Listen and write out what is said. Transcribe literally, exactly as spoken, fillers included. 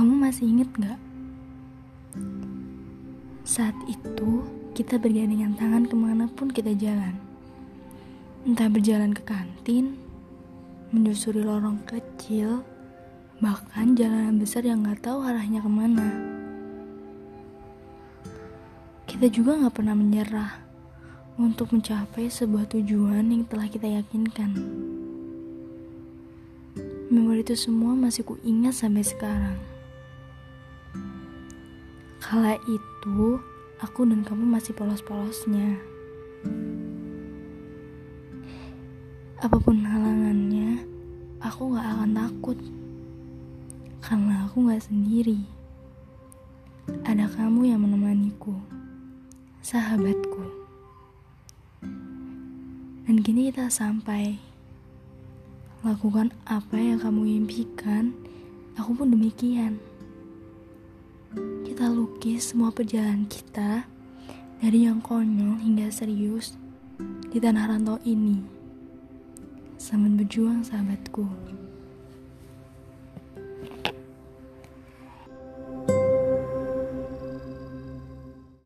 Kamu masih inget gak? Saat itu kita bergandengan tangan kemanapun kita jalan. Entah berjalan ke kantin, menyusuri lorong kecil, bahkan jalanan besar yang gak tahu arahnya kemana. Kita juga gak pernah menyerah untuk mencapai sebuah tujuan yang telah kita yakinkan. Memori itu semua masih kuingat sampai sekarang. Kala itu, aku dan kamu masih polos-polosnya. Apapun halangannya, aku gak akan takut. Karena aku gak sendiri. Ada kamu yang menemaniku, sahabatku. Dan kini kita sampai. Lakukan apa yang kamu impikan, aku pun demikian. Kita lukis semua perjalanan kita, dari yang konyol hingga serius, di tanah rantau ini. Selamat berjuang, sahabatku.